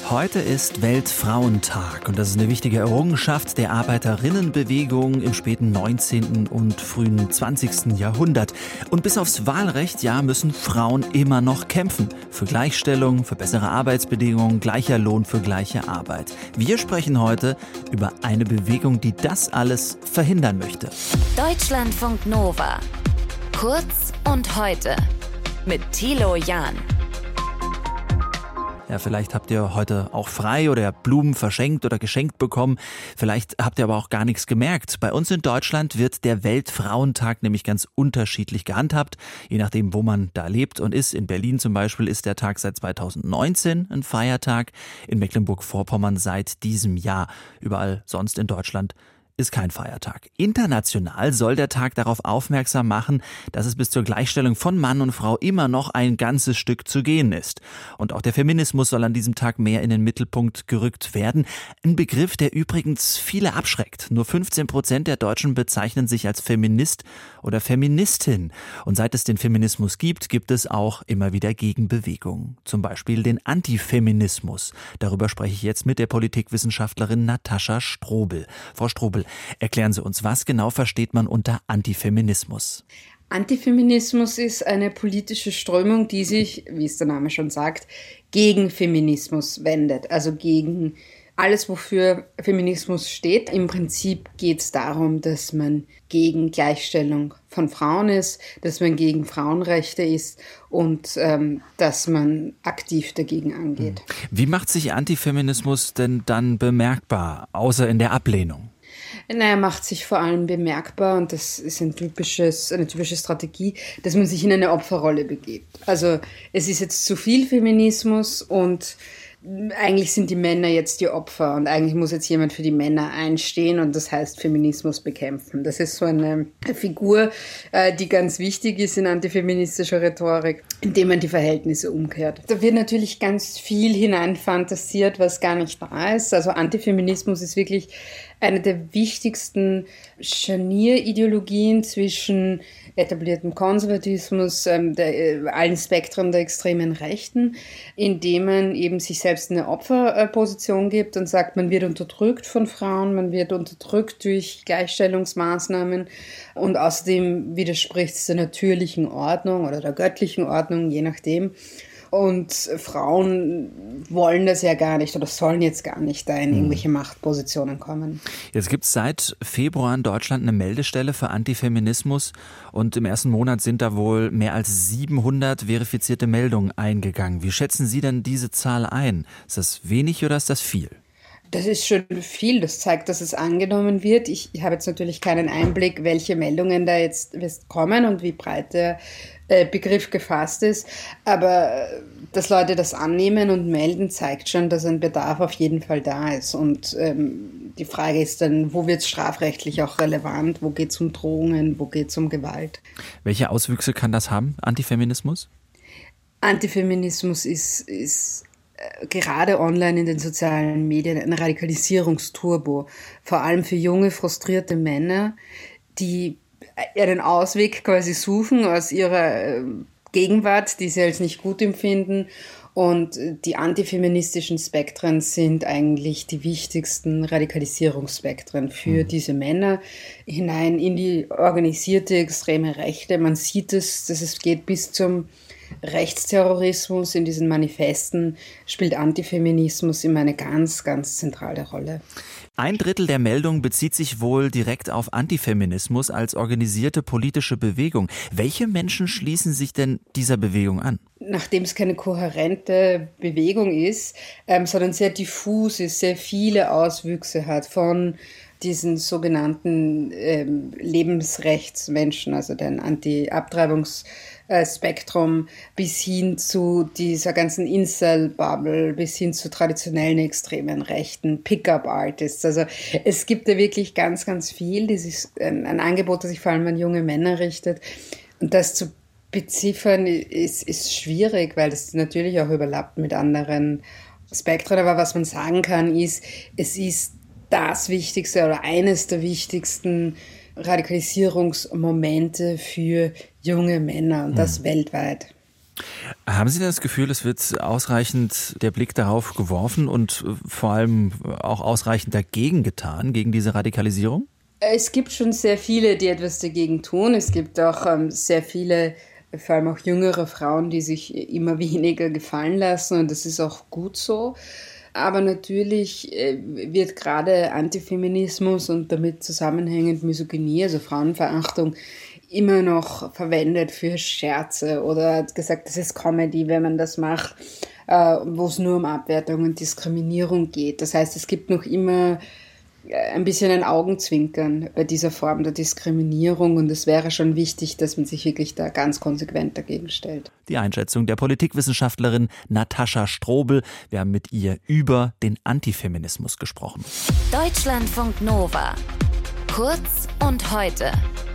Heute ist Weltfrauentag und das ist eine wichtige Errungenschaft der Arbeiterinnenbewegung im späten 19. und frühen 20. Jahrhundert. Und bis aufs Wahlrecht, müssen Frauen immer noch kämpfen. Für Gleichstellung, für bessere Arbeitsbedingungen, gleicher Lohn für gleiche Arbeit. Wir sprechen heute über eine Bewegung, die das alles verhindern möchte. Deutschlandfunk Nova. Kurz und heute. Mit Thilo Jahn. Ja, vielleicht habt ihr heute auch frei oder Blumen verschenkt oder geschenkt bekommen. Vielleicht habt ihr aber auch gar nichts gemerkt. Bei uns in Deutschland wird der Weltfrauentag nämlich ganz unterschiedlich gehandhabt, je nachdem, wo man da lebt und ist. In Berlin zum Beispiel ist der Tag seit 2019 ein Feiertag, in Mecklenburg-Vorpommern seit diesem Jahr. Überall sonst in Deutschland ist kein Feiertag. International soll der Tag darauf aufmerksam machen, dass es bis zur Gleichstellung von Mann und Frau immer noch ein ganzes Stück zu gehen ist. Und auch der Feminismus soll an diesem Tag mehr in den Mittelpunkt gerückt werden. Ein Begriff, der übrigens viele abschreckt. Nur 15% der Deutschen bezeichnen sich als Feminist oder Feministin. Und seit es den Feminismus gibt, gibt es auch immer wieder Gegenbewegungen. Zum Beispiel den Antifeminismus. Darüber spreche ich jetzt mit der Politikwissenschaftlerin Natascha Strobel. Frau Strobel, erklären Sie uns, was genau versteht man unter Antifeminismus? Antifeminismus ist eine politische Strömung, die sich, wie es der Name schon sagt, gegen Feminismus wendet, also gegen alles, wofür Feminismus steht. Im Prinzip geht es darum, dass man gegen Gleichstellung von Frauen ist, dass man gegen Frauenrechte ist und dass man aktiv dagegen angeht. Wie macht sich Antifeminismus denn dann bemerkbar, außer in der Ablehnung? Er macht sich vor allem bemerkbar, und das ist eine typische Strategie, dass man sich in eine Opferrolle begibt. Also es ist jetzt zu viel Feminismus und eigentlich sind die Männer jetzt die Opfer und eigentlich muss jetzt jemand für die Männer einstehen und das heißt Feminismus bekämpfen. Das ist so eine Figur, die ganz wichtig ist in antifeministischer Rhetorik, indem man die Verhältnisse umkehrt. Da wird natürlich ganz viel hineinfantasiert, was gar nicht da ist. Also Antifeminismus ist wirklich eine der wichtigsten Scharnierideologien zwischen etabliertem Konservatismus, allen Spektren der extremen Rechten, indem man eben sich selbst eine Opferposition gibt und sagt, man wird unterdrückt von Frauen, man wird unterdrückt durch Gleichstellungsmaßnahmen und außerdem widerspricht es der natürlichen Ordnung oder der göttlichen Ordnung, je nachdem. Und Frauen wollen das ja gar nicht oder sollen jetzt gar nicht da in irgendwelche Machtpositionen kommen. Jetzt gibt es seit Februar in Deutschland eine Meldestelle für Antifeminismus und im ersten Monat sind da wohl mehr als 700 verifizierte Meldungen eingegangen. Wie schätzen Sie denn diese Zahl ein? Ist das wenig oder ist das viel? Das ist schon viel. Das zeigt, dass es angenommen wird. Ich habe jetzt natürlich keinen Einblick, welche Meldungen da jetzt kommen und wie breit der Begriff gefasst ist. Aber dass Leute das annehmen und melden, zeigt schon, dass ein Bedarf auf jeden Fall da ist. Und die Frage ist dann, wo wird es strafrechtlich auch relevant? Wo geht es um Drohungen? Wo geht es um Gewalt? Welche Auswüchse kann das haben, Antifeminismus? Antifeminismus ist gerade online in den sozialen Medien ein Radikalisierungsturbo, vor allem für junge, frustrierte Männer, die einen Ausweg quasi suchen aus ihrer Gegenwart, die sie als nicht gut empfinden. Und die antifeministischen Spektren sind eigentlich die wichtigsten Radikalisierungsspektren für diese Männer hinein in die organisierte extreme Rechte. Man sieht es, dass es geht bis zum Rechtsterrorismus. In diesen Manifesten spielt Antifeminismus immer eine ganz, ganz zentrale Rolle. 1/3 der Meldungen bezieht sich wohl direkt auf Antifeminismus als organisierte politische Bewegung. Welche Menschen schließen sich denn dieser Bewegung an? Nachdem es keine kohärente Bewegung ist, sondern sehr diffus ist, sehr viele Auswüchse hat von diesen sogenannten Lebensrechtsmenschen, also den Anti-Abtreibungsspektrum, bis hin zu dieser ganzen Incel-Bubble, bis hin zu traditionellen extremen Rechten, Pickup-Artists. Also es gibt da wirklich ganz, ganz viel. Das ist ein Angebot, das sich vor allem an junge Männer richtet. Und das zu beziffern ist schwierig, weil das natürlich auch überlappt mit anderen Spektren. Aber was man sagen kann, ist, es ist das Wichtigste oder eines der wichtigsten Radikalisierungsmomente für junge Männer und das weltweit. Haben Sie denn das Gefühl, es wird ausreichend der Blick darauf geworfen und vor allem auch ausreichend dagegen getan, gegen diese Radikalisierung? Es gibt schon sehr viele, die etwas dagegen tun. Es gibt auch sehr viele, vor allem auch jüngere Frauen, die sich immer weniger gefallen lassen, und das ist auch gut so. Aber natürlich wird gerade Antifeminismus und damit zusammenhängend Misogynie, also Frauenverachtung, immer noch verwendet für Scherze oder gesagt, das ist Comedy, wenn man das macht, wo es nur um Abwertung und Diskriminierung geht. Das heißt, es gibt noch immer ein bisschen ein Augenzwinkern bei dieser Form der Diskriminierung, und es wäre schon wichtig, dass man sich wirklich da ganz konsequent dagegen stellt. Die Einschätzung der Politikwissenschaftlerin Natascha Strobel. Wir haben mit ihr über den Antifeminismus gesprochen. Deutschlandfunk Nova. Kurz und heute.